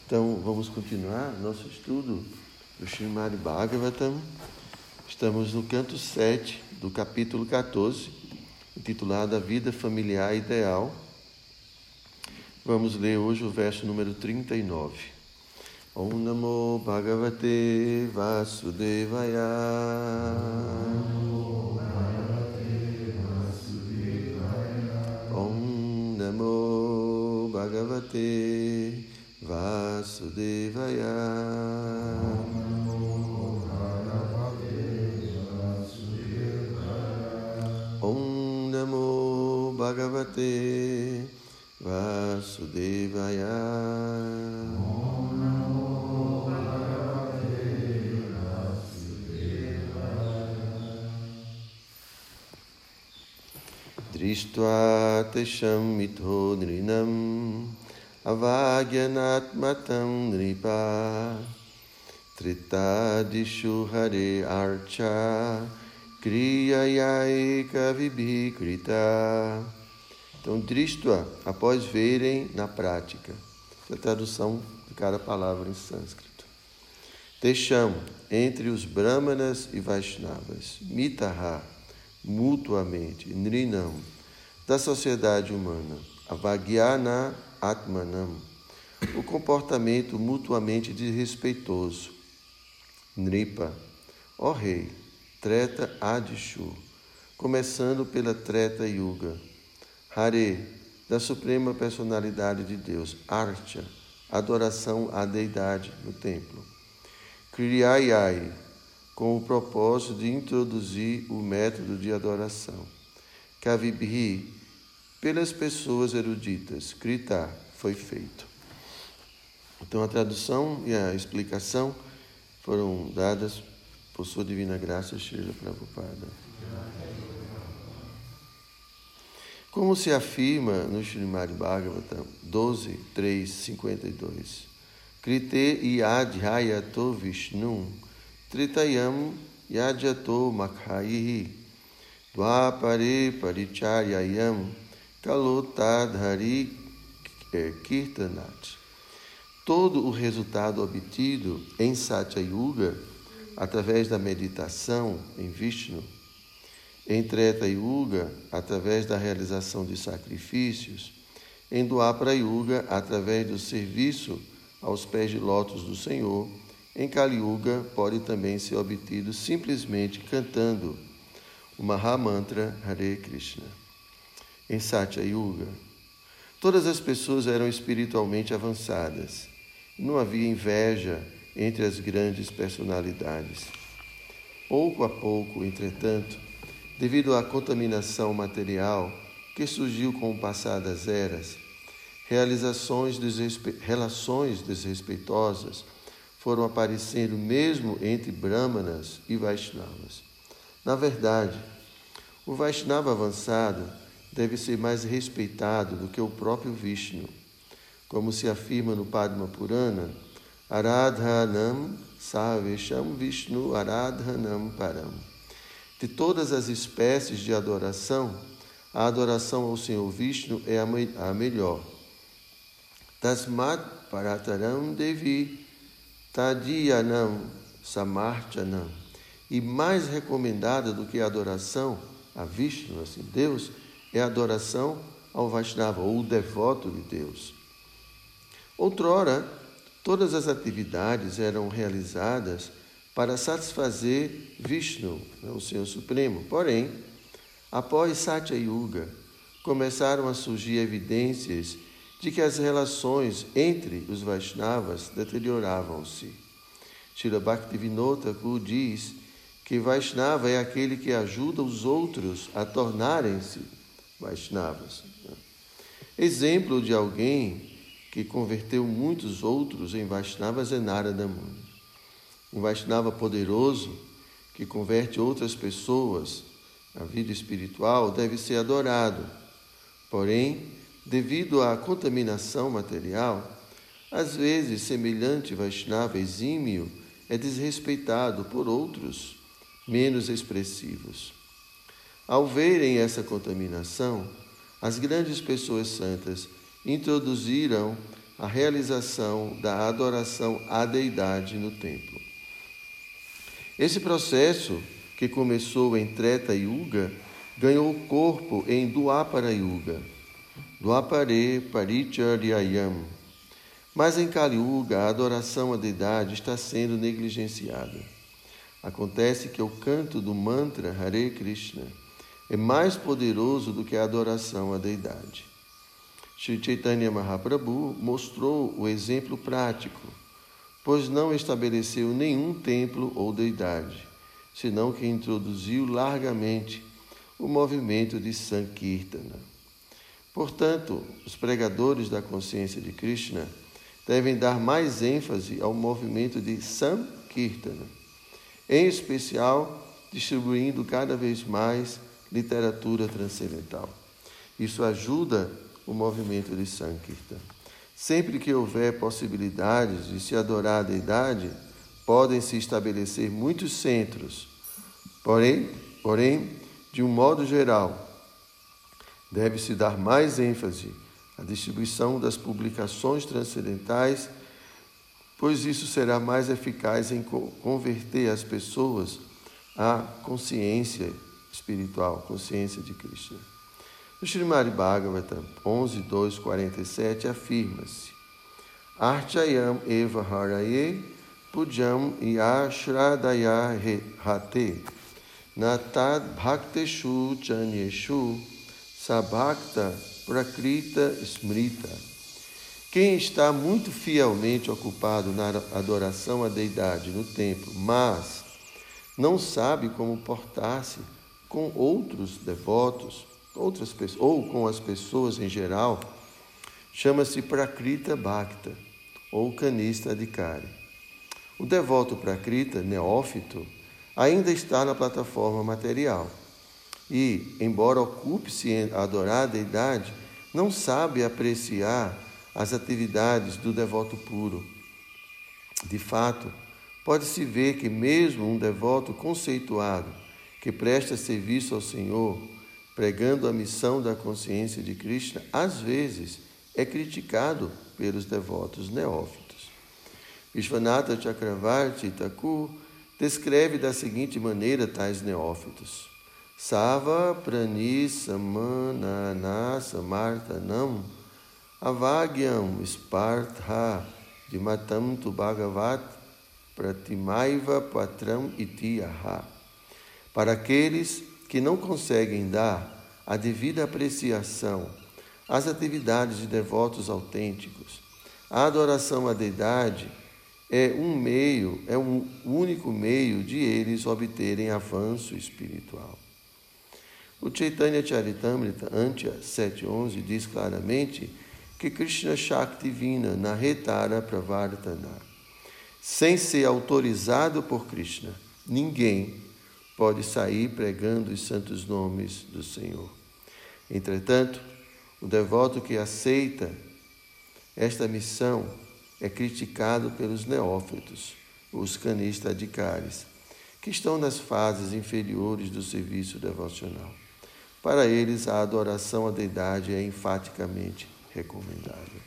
Então, vamos continuar nosso estudo do Srimad Bhagavatam. Estamos no canto 7 do capítulo 14, intitulado A Vida Familiar Ideal. Vamos ler hoje o verso número 39. Om Namo Bhagavate Vasudevaya. Om Namo Bhagavate Vasudevaya. Om Namo Bhagavate Vasudevaya. Drishtva tesham mitho nrinam avagyanatmatam nripa tritadishu hare archa kriyayaika vibhikrita. Então, Drishtva, após verem na prática, a tradução de cada palavra em sânscrito. Tesham, entre os Brahmanas e Vaishnavas, Mitaha, mutuamente, Nrinam, da sociedade humana, Avagyana Atmanam, o comportamento mutuamente desrespeitoso, Nripa, ó rei, Treta Adishu, começando pela Treta Yuga, Hare, da suprema personalidade de Deus, Archa, adoração à deidade no templo, Kriyayai, com o propósito de introduzir o método de adoração, Kavibhi, pelas pessoas eruditas, Krita, foi feito. Então a tradução e a explicação foram dadas por sua divina graça, Srila Prabhupada. Como se afirma no Srimad Bhagavatam 12.3.52, Krite yadhyayato Vishnum Tritayam yadyato makhayihi dvapare paricharyayam kalotadhari kirtanat. Todo o resultado obtido em Satya Yuga, através da meditação em Vishnu, em Treta Yuga, através da realização de sacrifícios, em Dwapara Yuga, através do serviço aos pés de lótus do Senhor, em Kali Yuga pode também ser obtido simplesmente cantando o Mahamantra Hare Krishna. Em Satya Yuga, todas as pessoas eram espiritualmente avançadas. Não havia inveja entre as grandes personalidades. Pouco a pouco, entretanto, devido à contaminação material que surgiu com o passar das eras, relações desrespeitosas foram aparecendo mesmo entre Brahmanas e Vaishnavas. Na verdade, o Vaishnava avançado deve ser mais respeitado do que o próprio Vishnu. Como se afirma no Padma Purana, Aradhanam Sarvesham Vishnu Aradhanam Param. De todas as espécies de adoração, a adoração ao Senhor Vishnu é a melhor. Tasmat Parataram Devi Tadiyanam Samarchanam. E mais recomendada do que a adoração a Vishnu, assim, Deus, é a adoração ao Vaishnava, ou o devoto de Deus. Outrora, todas as atividades eram realizadas para satisfazer Vishnu, o Senhor Supremo. Porém, após Satya Yuga, começaram a surgir evidências de que as relações entre os Vaishnavas deterioravam-se. Srila Bhaktivinoda Thakur diz que Vaishnava é aquele que ajuda os outros a tornarem-se Vaishnavas. Exemplo de alguém que converteu muitos outros em Vaishnavas é Narada Muni. Um Vaishnava poderoso que converte outras pessoas à vida espiritual deve ser adorado. Porém, devido à contaminação material, às vezes semelhante Vaishnava exímio é desrespeitado por outros menos expressivos. Ao verem essa contaminação, as grandes pessoas santas introduziram a realização da adoração à deidade no templo. Esse processo, que começou em Treta Yuga, ganhou corpo em Dwapara Yuga, Dwapare Paricharyayam. Mas em Kali Yuga, a adoração à deidade está sendo negligenciada. Acontece que o canto do mantra Hare Krishna é mais poderoso do que a adoração à deidade. Sri Chaitanya Mahaprabhu mostrou o exemplo prático, pois não estabeleceu nenhum templo ou deidade, senão que introduziu largamente o movimento de Sankirtana. Portanto, os pregadores da consciência de Krishna devem dar mais ênfase ao movimento de Sankirtana, em especial distribuindo cada vez mais literatura transcendental. Isso ajuda o movimento de Sankirtana. Sempre que houver possibilidades de se adorar a deidade, podem se estabelecer muitos centros. Porém, de um modo geral, deve-se dar mais ênfase à distribuição das publicações transcendentais, pois isso será mais eficaz em converter as pessoas à consciência espiritual, consciência de Krishna. No Srimad Bhagavatam 11.2.47 afirma-se: Archayam eva haraye pujam yashradaya hate natad bhakteshu chanyeshu sabhakta prakrita smrita. Quem está muito fielmente ocupado na adoração à deidade no templo, mas não sabe como portar-se com outros devotos, outras pessoas, ou com as pessoas em geral, chama-se Prakrita Bhakta, ou Kanista Adhikari. O devoto Prakrita, neófito, ainda está na plataforma material e, embora ocupe-se em adorar a deidade, não sabe apreciar as atividades do devoto puro. De fato, pode-se ver que mesmo um devoto conceituado, que presta serviço ao Senhor, pregando a missão da consciência de Krishna, às vezes é criticado pelos devotos neófitos. Vishwanatha Chakravarti Thakur descreve da seguinte maneira tais neófitos: Sava prani samanana samartanam avagyam spartha dimatam tu bhagavat pratimaiva patram itiyaha. Para aqueles que não conseguem dar a devida apreciação às atividades de devotos autênticos, a adoração à deidade é um único meio de eles obterem avanço espiritual. O Chaitanya Charitamrita, Antya 7.11, diz claramente que Krishna Shakti Vina Nahetara Pravartana. Sem ser autorizado por Krishna, ninguém pode sair pregando os santos nomes do Senhor. Entretanto, o devoto que aceita esta missão é criticado pelos neófitos, os Kanista Adhikaris, que estão nas fases inferiores do serviço devocional. Para eles, a adoração à deidade é enfaticamente recomendável.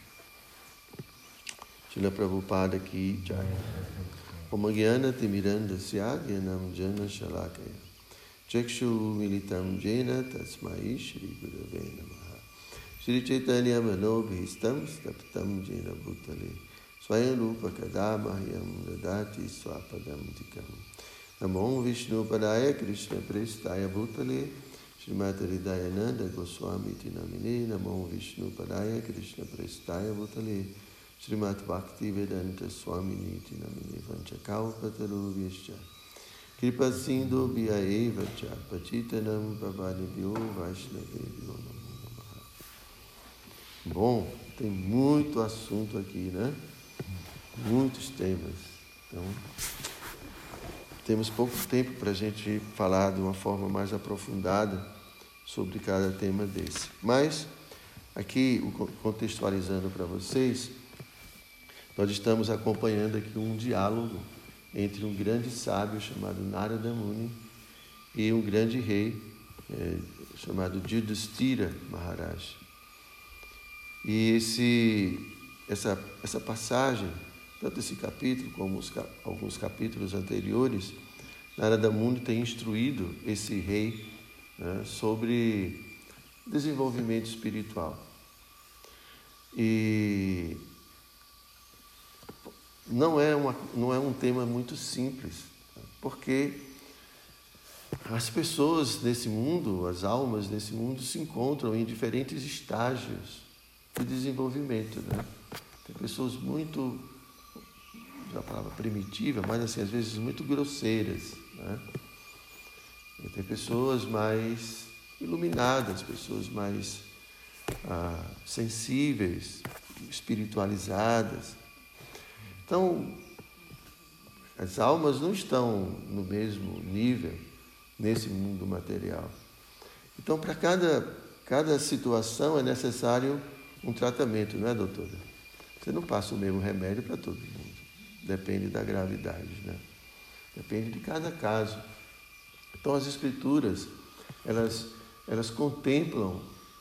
Srila Prabhupada Ki Jai. Om Jnana Timirandasya Jnanam Jana Shalakaya Chakshu Militam Jena Tasmai Shri Gurave Namaha. Shri Chaitanya Manobhistam Staptam Jena Bhutale Swayam Rupa Kadamahyam Dadati Swapadam Tikam. Namo Vishnu Padaya Krishna Prestaya Bhutale Srimati Hridayananda Goswami Tinamine. Namo Vishnu Padaya Krishna Prestaya Bhutale Srimati Bhakti Vedanta Swami Niti Namine Vanchakalpatarubhyascha Kripa Sindhu Bhyaeva Cha Pachitanam Pavanebhyo Vaishnavebhyo Namo Namaha. Bom, tem muito assunto aqui, né? Muitos temas. Então, temos pouco tempo para a gente falar de uma forma mais aprofundada sobre cada tema desse. Mas, aqui, contextualizando para vocês, nós estamos acompanhando aqui um diálogo entre um grande sábio chamado Narada Muni e um grande rei chamado Yudhishthira Maharaj. E essa passagem, tanto esse capítulo como alguns capítulos anteriores, Narada Muni tem instruído esse rei, né, sobre desenvolvimento espiritual. E não é um tema muito simples, porque as pessoas nesse mundo, as almas nesse mundo, se encontram em diferentes estágios de desenvolvimento, né? Tem pessoas muito, a palavra primitiva, mas assim, às vezes muito grosseiras, né? E tem pessoas mais iluminadas, pessoas mais sensíveis, espiritualizadas. Então, as almas não estão no mesmo nível nesse mundo material. Então, para cada situação é necessário um tratamento, não é, doutora? Você não passa o mesmo remédio para todo mundo. Depende da gravidade, né? Depende de cada caso. Então, as Escrituras, elas contemplam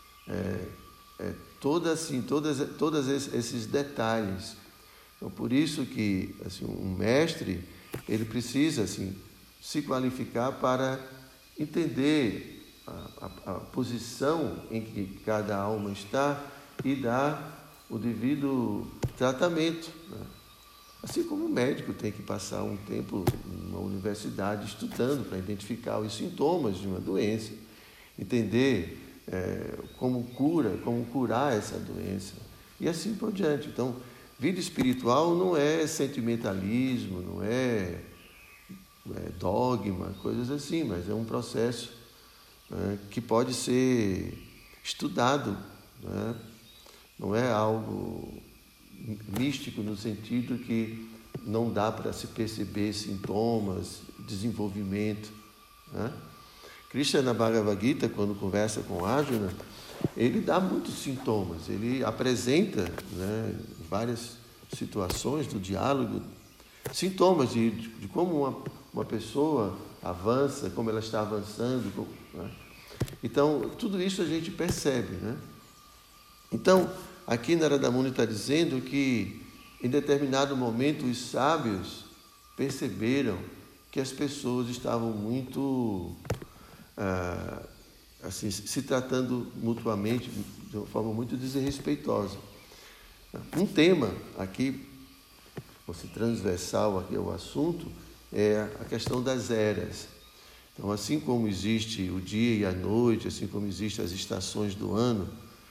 todos esses detalhes. Então, por isso que assim, um mestre, ele precisa assim, se qualificar para entender a posição em que cada alma está e dar o devido tratamento, né? Assim como o médico tem que passar um tempo numa universidade estudando para identificar os sintomas de uma doença, entender como curar essa doença e assim por diante. Então, vida espiritual não é sentimentalismo, não é dogma, coisas assim, mas é um processo, né, que pode ser estudado, né? Não é algo místico no sentido que não dá para se perceber sintomas, desenvolvimento, né? Krishna, na Bhagavad Gita, quando conversa com Arjuna, ele dá muitos sintomas, ele apresenta, né, várias situações do diálogo, sintomas de como uma pessoa avança, como ela está avançando, né? Então, tudo isso a gente percebe, né? Então, aqui Narada Muni está dizendo que, em determinado momento, os sábios perceberam que as pessoas estavam muito, assim, se tratando mutuamente de uma forma muito desrespeitosa. Um tema aqui, fosse transversal aqui ao assunto, é a questão das eras. Então, assim como existe o dia e a noite, assim como existem as estações do ano,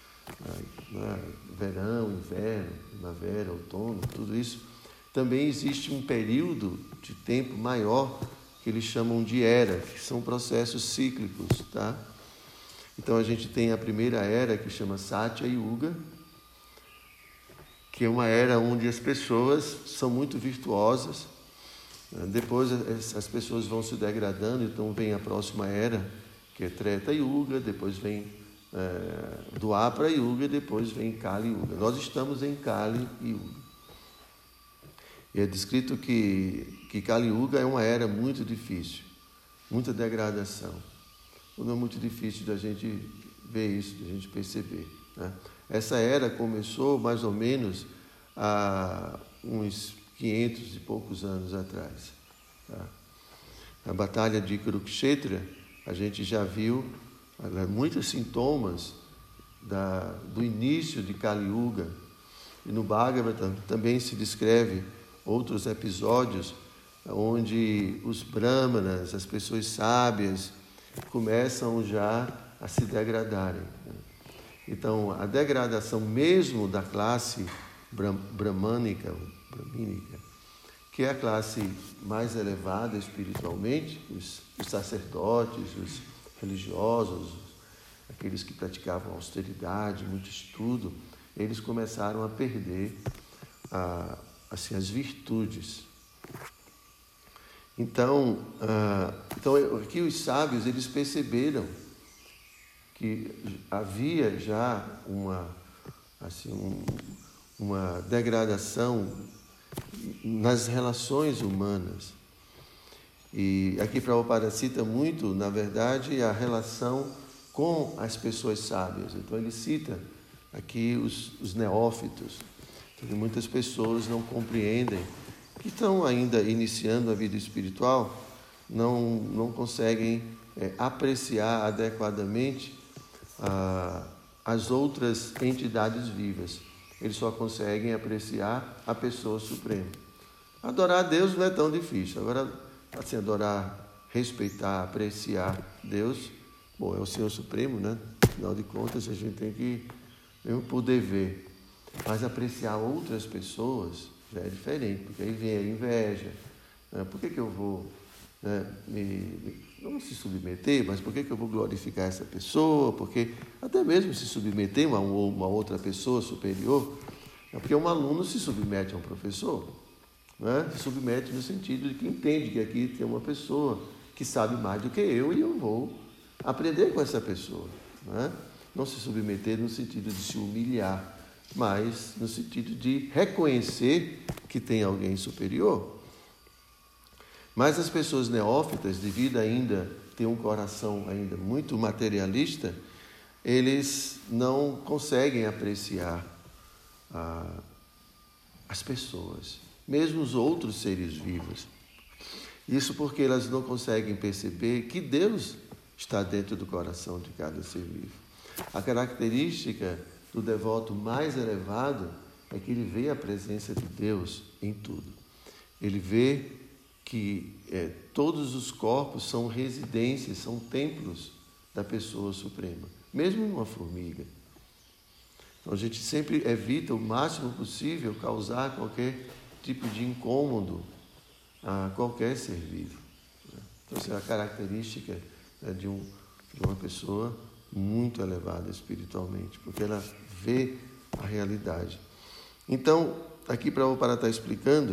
verão, inverno, primavera, outono, tudo isso, também existe um período de tempo maior que eles chamam de era, que são processos cíclicos, tá? Então a gente tem a primeira era que chama Satya Yuga, que é uma era onde as pessoas são muito virtuosas. Depois as pessoas vão se degradando, então vem a próxima era, que é Treta Yuga, depois vem Dwapara Yuga, depois vem Kali Yuga. Nós estamos em Kali Yuga. E é descrito que Kali Yuga é uma era muito difícil, muita degradação. Não é muito difícil da gente ver isso, da gente perceber, né? Essa era começou mais ou menos há uns 500 e poucos anos atrás, tá? Na batalha de Kurukshetra, a gente já viu muitos sintomas do início de Kali Yuga. E no Bhagavatam também se descreve outros episódios onde os brahmanas, as pessoas sábias, começam já a se degradarem. Então, a degradação mesmo da classe bramânica, que é a classe mais elevada espiritualmente, os sacerdotes, os religiosos, aqueles que praticavam austeridade, muito estudo, eles começaram a perder assim, as virtudes. Então aqui os sábios, eles perceberam que havia já uma degradação nas relações humanas. E aqui Prabhupada cita muito, na verdade, a relação com as pessoas sábias. Então ele cita aqui os neófitos. porque muitas pessoas não compreendem, que estão ainda iniciando a vida espiritual, não conseguem apreciar adequadamente as outras entidades vivas. Eles só conseguem apreciar a pessoa suprema. Adorar a Deus não é tão difícil. Agora, assim, adorar, respeitar, apreciar Deus, bom, é o Senhor Supremo, né? Afinal de contas, a gente tem que, mesmo por dever, mas apreciar outras pessoas já é diferente, porque aí vem a inveja. Né? Por que eu vou, né, não se submeter, mas por que eu vou glorificar essa pessoa? Porque até mesmo se submeter a uma outra pessoa superior, é porque um aluno se submete a um professor, né? Se submete no sentido de que entende que aqui tem uma pessoa que sabe mais do que eu e eu vou aprender com essa pessoa. Né? Não se submeter no sentido de se humilhar, mas no sentido de reconhecer que tem alguém superior. Mas as pessoas neófitas, devido ainda ter um coração ainda muito materialista, eles não conseguem apreciar as pessoas, mesmo os outros seres vivos. Isso porque elas não conseguem perceber que Deus está dentro do coração de cada ser vivo. A característica do devoto mais elevado é que ele vê a presença de Deus em tudo. Ele vê que todos os corpos são residências, são templos da pessoa suprema, mesmo numa formiga. Então a gente sempre evita o máximo possível causar qualquer tipo de incômodo a qualquer ser vivo. Então essa é a característica de uma pessoa muito elevada espiritualmente, porque ela vê a realidade. Então, aqui Prabhupada está explicando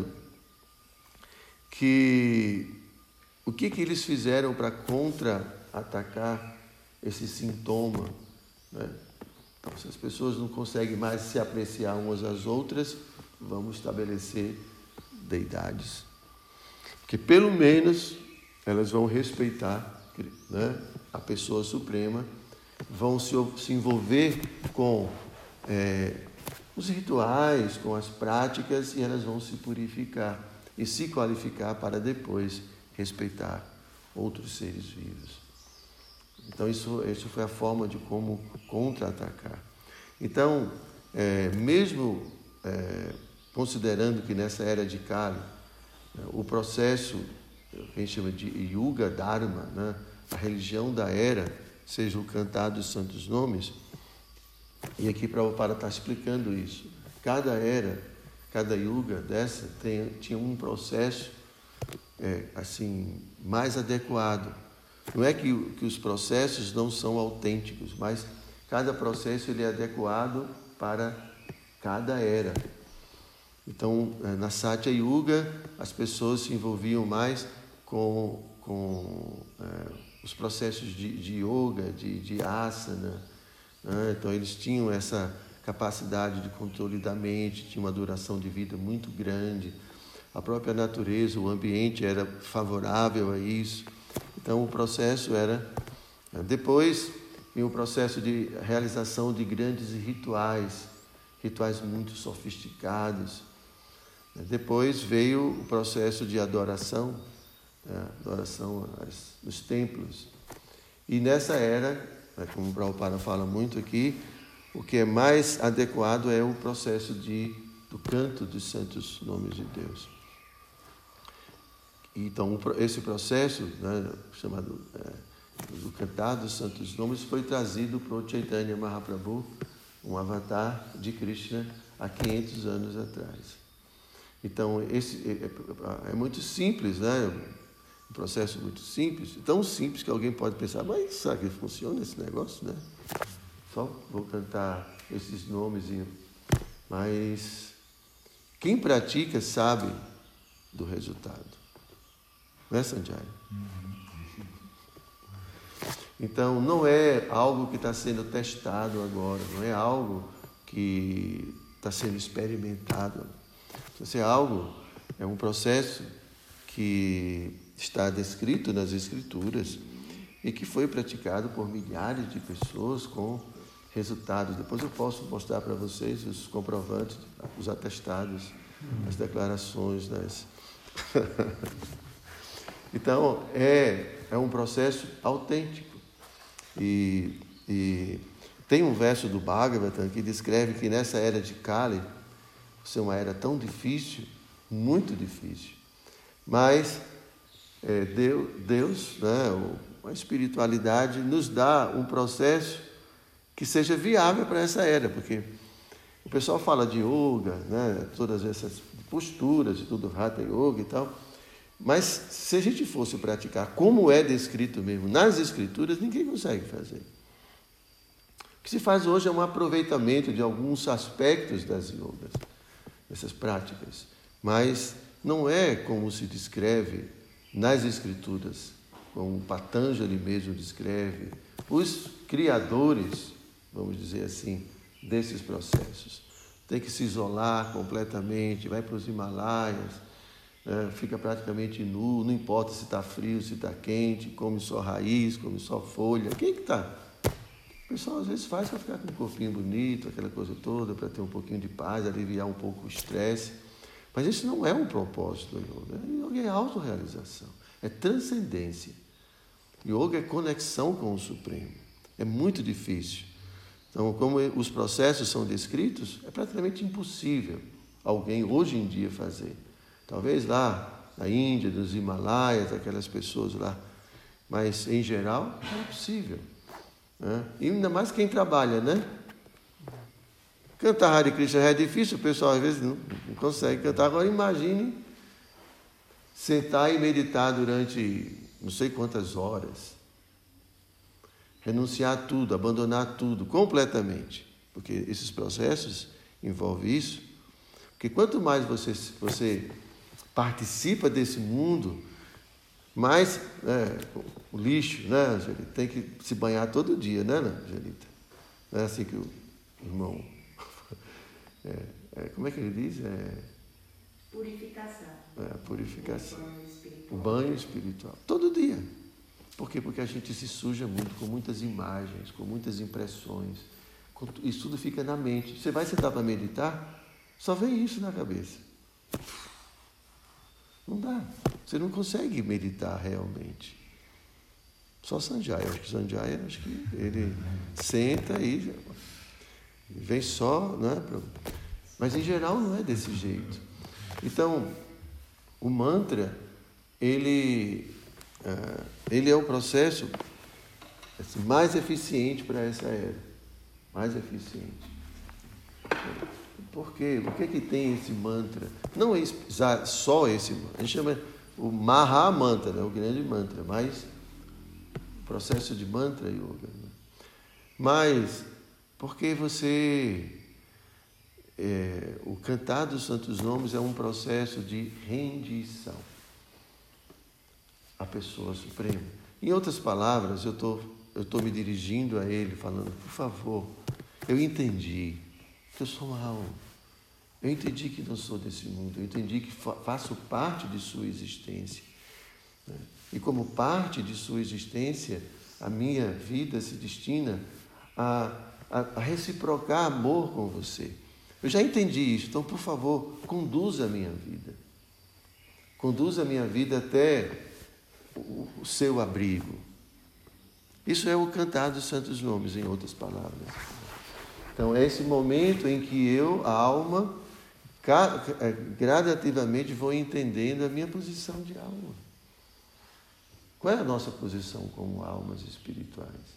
que o que eles fizeram para contra-atacar esse sintoma, né? Então, se as pessoas não conseguem mais se apreciar umas às outras, vamos estabelecer deidades. Porque pelo menos elas vão respeitar, né, a pessoa suprema, vão se envolver com os rituais, com as práticas, e elas vão se purificar e se qualificar para depois respeitar outros seres vivos. Então, isso foi a forma de como contra-atacar. Então, mesmo considerando que nessa era de Kali, o processo, que a gente chama de Yuga Dharma, né, a religião da era, seja o cantar dos santos nomes, e aqui Prabhupada está explicando isso. Cada era, cada yuga dessa tinha um processo assim, mais adequado. Não é que os processos não são autênticos, mas cada processo ele é adequado para cada era. Então, na Satya Yuga, as pessoas se envolviam mais com os processos de yoga, de asana, né? Então, eles tinham essa capacidade de controle da mente, tinha uma duração de vida muito grande. A própria natureza, o ambiente era favorável a isso. Então, o processo era... Depois, vinha o processo de realização de grandes rituais muito sofisticados. Depois veio o processo de adoração nos templos. E nessa era, como o Prabhupada fala muito aqui, o que é mais adequado é o processo do canto dos santos nomes de Deus. Então, esse processo, né, chamado do cantar dos santos nomes, foi trazido para o Chaitanya Mahaprabhu, um avatar de Krishna, há 500 anos atrás. Então, esse é muito simples, né? Um processo muito simples, tão simples que alguém pode pensar, mas sabe que funciona esse negócio, né? Só vou cantar esses nomes, mas quem pratica sabe do resultado. Não é, Sanjaya? Então, não é algo que está sendo testado agora, não é algo que está sendo experimentado. Isso é um processo que está descrito nas Escrituras e que foi praticado por milhares de pessoas com resultados. Depois eu posso mostrar para vocês os comprovantes, os atestados, as declarações. Então, é um processo autêntico. E tem um verso do Bhagavatam que descreve que nessa era de Kali, isso é uma era tão difícil, muito difícil, mas Deus, né, a espiritualidade, nos dá um processo que seja viável para essa era, porque o pessoal fala de yoga, né, todas essas posturas, tudo Hatha Yoga e tal, mas se a gente fosse praticar como é descrito mesmo nas escrituras, ninguém consegue fazer. O que se faz hoje é um aproveitamento de alguns aspectos das yogas, dessas práticas, mas não é como se descreve nas escrituras, como Patanjali mesmo descreve, os criadores, vamos dizer assim, desses processos. Tem que se isolar completamente, vai para os Himalaias, fica praticamente nu, não importa se está frio, se está quente, come só raiz, come só folha. Quem que está? O pessoal às vezes faz para ficar com um corpinho bonito, aquela coisa toda, para ter um pouquinho de paz, aliviar um pouco o estresse. Mas isso não é um propósito do yoga. Yoga é autorrealização, é transcendência. Yoga é conexão com o Supremo. É muito difícil. Então, como os processos são descritos, é praticamente impossível alguém hoje em dia fazer. Talvez lá na Índia, nos Himalaias, aquelas pessoas lá. Mas, em geral, é impossível. Né? E ainda mais quem trabalha, né? Cantar Hare Krishna é difícil, o pessoal às vezes não consegue cantar. Agora imagine sentar e meditar durante não sei quantas horas. Renunciar a tudo, abandonar tudo, completamente. Porque esses processos envolvem isso. Porque quanto mais você participa desse mundo, mais o lixo, né, Angelita? Tem que se banhar todo dia, né, Angelita? Não é assim que o irmão... como é que ele diz? Purificação. Purificação. O banho espiritual. O banho espiritual. Todo dia. Por quê? Porque a gente se suja muito, com muitas imagens, com muitas impressões. Isso tudo fica na mente. Você vai sentar para meditar, só vem isso na cabeça. Não dá. Você não consegue meditar realmente. Só Sanjaya. Sanjaya, acho que ele senta e vem só, né? Mas em geral não é desse jeito. Então, o mantra, ele é um processo assim, mais eficiente para essa era. Mais eficiente. Por quê? O que é que tem esse mantra? Não é só esse mantra. A gente chama o Maha Mantra, né? O grande mantra, mas o processo de mantra yoga. Né? Mas porque o cantar dos santos nomes é um processo de rendição à pessoa suprema. Em outras palavras, eu estou me dirigindo a ele, falando, por favor, eu entendi que eu sou uma alma. Eu entendi que não sou desse mundo. Eu entendi que faço parte de sua existência. Né? E como parte de sua existência, a minha vida se destina a reciprocar amor com você. Eu já entendi isso, então, por favor, conduza a minha vida. Conduza a minha vida até o seu abrigo. Isso é o cantar dos santos nomes, em outras palavras. Então, é esse momento em que eu, a alma, gradativamente vou entendendo a minha posição de alma. Qual é a nossa posição como almas espirituais?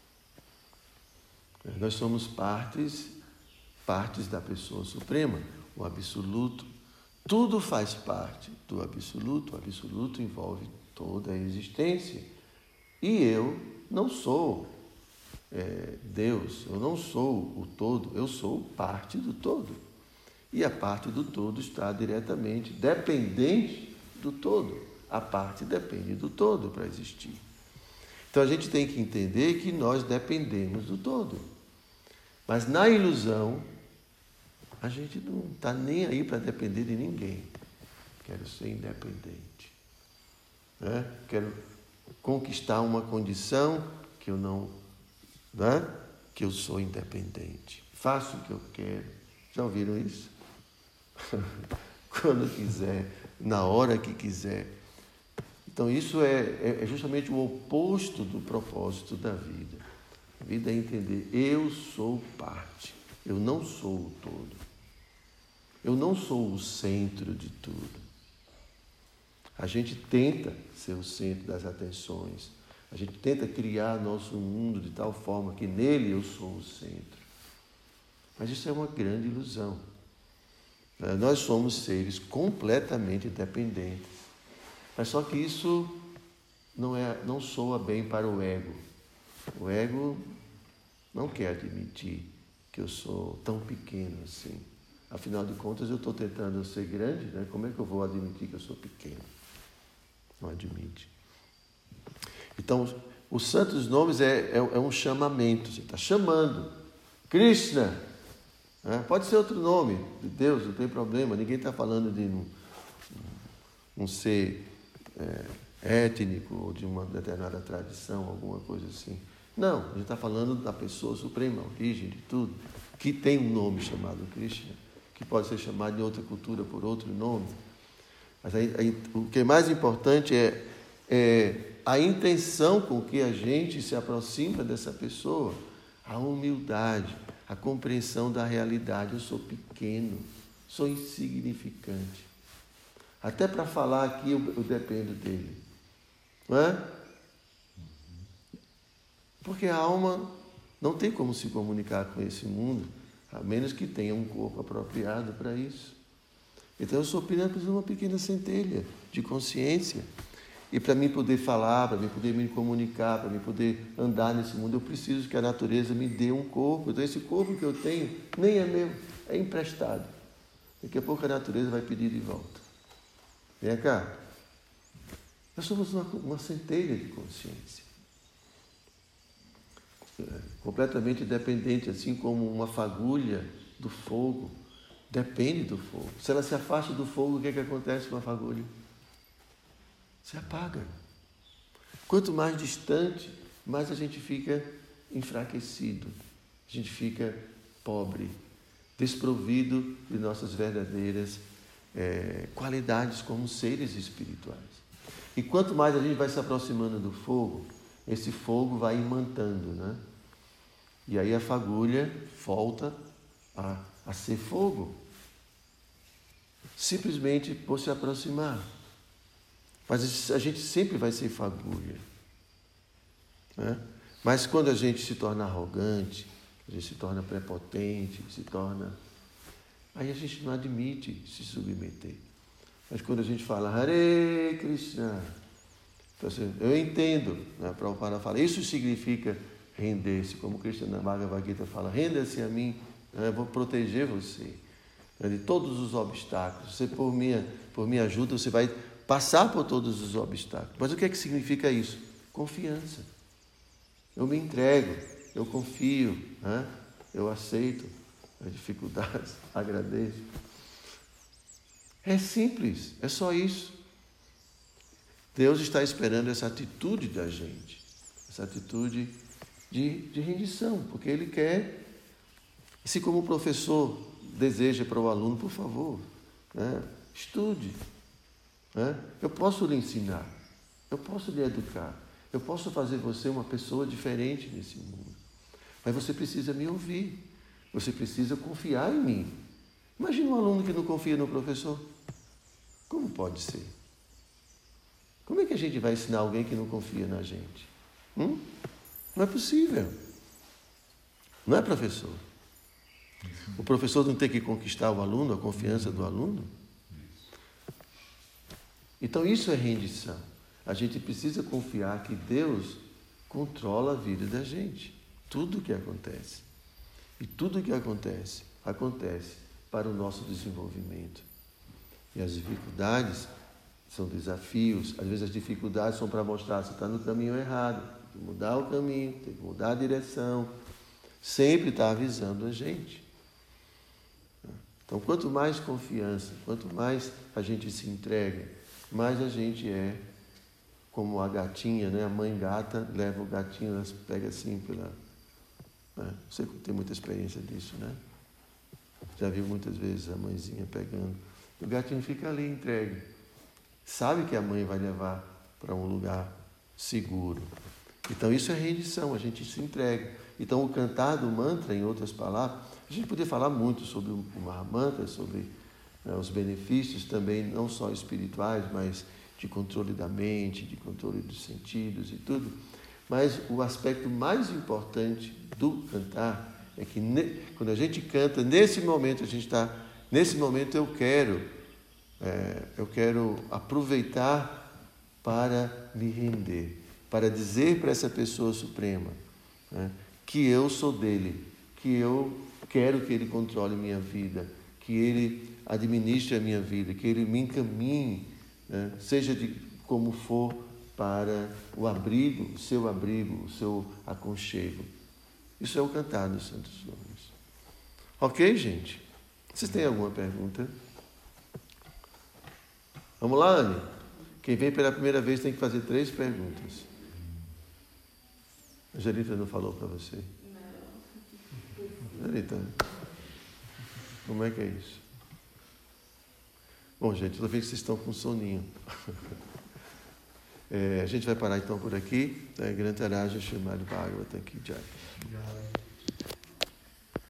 Nós somos partes da pessoa suprema, o absoluto. Tudo faz parte do absoluto. O absoluto envolve toda a existência. E eu não sou Deus, eu não sou o todo, eu sou parte do todo. E a parte do todo está diretamente dependente do todo. A parte depende do todo para existir. Então a gente tem que entender que nós dependemos do todo. Mas na ilusão, a gente não está nem aí para depender de ninguém. Quero ser independente. Né? Quero conquistar uma condição que eu não... Né? que eu sou independente. Faço o que eu quero. Já ouviram isso? Quando quiser, na hora que quiser. Então isso é justamente o oposto do propósito da vida. A vida é entender, eu sou parte, eu não sou o todo. Eu não sou o centro de tudo. A gente tenta ser o centro das atenções. A gente tenta criar nosso mundo de tal forma que nele eu sou o centro. Mas isso é uma grande ilusão. Nós somos seres completamente dependentes. Mas só que isso não soa bem para o ego. O ego não quer admitir que eu sou tão pequeno assim. Afinal de contas, eu estou tentando ser grande, né? Como é que eu vou admitir que eu sou pequeno? Não admite. Então, os santos nomes é um chamamento. Você está chamando. Krishna. Pode ser outro nome de Deus, não tem problema. Ninguém está falando de um ser étnico ou de uma determinada tradição, alguma coisa assim. Não, a gente está falando da pessoa suprema, a origem de tudo, que tem um nome chamado Krishna, que pode ser chamado em outra cultura por outro nome. Mas o que é mais importante é a intenção com que a gente se aproxima dessa pessoa, a humildade, a compreensão da realidade. Eu sou pequeno, sou insignificante. Até para falar aqui eu dependo dele. Não é? Porque a alma não tem como se comunicar com esse mundo, a menos que tenha um corpo apropriado para isso. Então eu sou apenas uma pequena centelha de consciência. E para mim poder falar, para mim poder me comunicar, para mim poder andar nesse mundo, eu preciso que a natureza me dê um corpo. Então esse corpo que eu tenho nem é meu, é emprestado. Daqui a pouco a natureza vai pedir de volta. Vem cá. Nós somos uma centelha de consciência. Completamente dependente, assim como uma fagulha do fogo. Depende do fogo. Se ela se afasta do fogo, o que acontece com a fagulha? Se apaga. Quanto mais distante, mais a gente fica enfraquecido. A gente fica pobre, desprovido de nossas verdadeiras qualidades como seres espirituais. E quanto mais a gente vai se aproximando do fogo, esse fogo vai imantando, né? E aí a fagulha volta a ser fogo, simplesmente por se aproximar. Mas a gente sempre vai ser fagulha, né? Mas quando a gente se torna arrogante, a gente se torna prepotente, aí a gente não admite se submeter. Mas quando a gente fala Hare Krishna, eu entendo, né? Prabhupada fala, isso significa render-se, como Krishna na Bhagavad Gita fala, renda-se a mim, eu vou proteger você de todos os obstáculos. Você, por minha ajuda, você vai passar por todos os obstáculos. Mas o que é que significa isso? Confiança. Eu me entrego, eu confio, né? Eu aceito as dificuldades, agradeço. É simples, é só isso. Deus está esperando essa atitude da gente, essa atitude de rendição, porque Ele quer, se como professor deseja para o aluno, por favor, né? Estude. Né? Eu posso lhe ensinar, eu posso lhe educar, eu posso fazer você uma pessoa diferente nesse mundo. Mas você precisa me ouvir, você precisa confiar em mim. Imagina um aluno que não confia no professor. Como pode ser? Como é que a gente vai ensinar alguém que não confia na gente? Não é possível. Não é, professor? O professor não tem que conquistar o aluno, a confiança do aluno? Então isso é rendição. A gente precisa confiar que Deus controla a vida da gente. Tudo o que acontece. E tudo o que acontece, acontece para o nosso desenvolvimento. E as dificuldades são desafios. Às vezes as dificuldades são para mostrar que você está no caminho errado. Tem que mudar o caminho, tem que mudar a direção. Sempre está avisando a gente. Então, quanto mais confiança, quanto mais a gente se entrega, mais a gente é como a gatinha, né? A mãe gata leva o gatinho, ela pega assim Né? Você tem muita experiência disso, né? Já viu muitas vezes a mãezinha pegando. O gatinho fica ali entregue. Sabe que a mãe vai levar para um lugar seguro. Então isso é rendição, a gente se entrega. Então o cantar do mantra, em outras palavras, a gente poderia falar muito sobre o Mahamantra, sobre os benefícios também, não só espirituais, mas de controle da mente, de controle dos sentidos e tudo. Mas o aspecto mais importante do cantar é que quando a gente canta, nesse momento eu quero aproveitar para me render, para dizer para essa pessoa suprema, né, que eu sou dele, que eu quero que ele controle minha vida, que ele administre a minha vida, que ele me encaminhe, né, seja de como for, para o seu aconchego. Isso é o cantar dos Santos Nomes. Ok, gente? Vocês têm alguma pergunta? Vamos lá, Anne? Quem vem pela primeira vez tem que fazer 3 perguntas. A Angelita não falou para você? Não. Angelita, como é que é isso? Bom, gente, eu vejo que vocês estão com soninho. A gente vai parar então por aqui. Grantaraja Srimad Bhagavatam Ki Jai.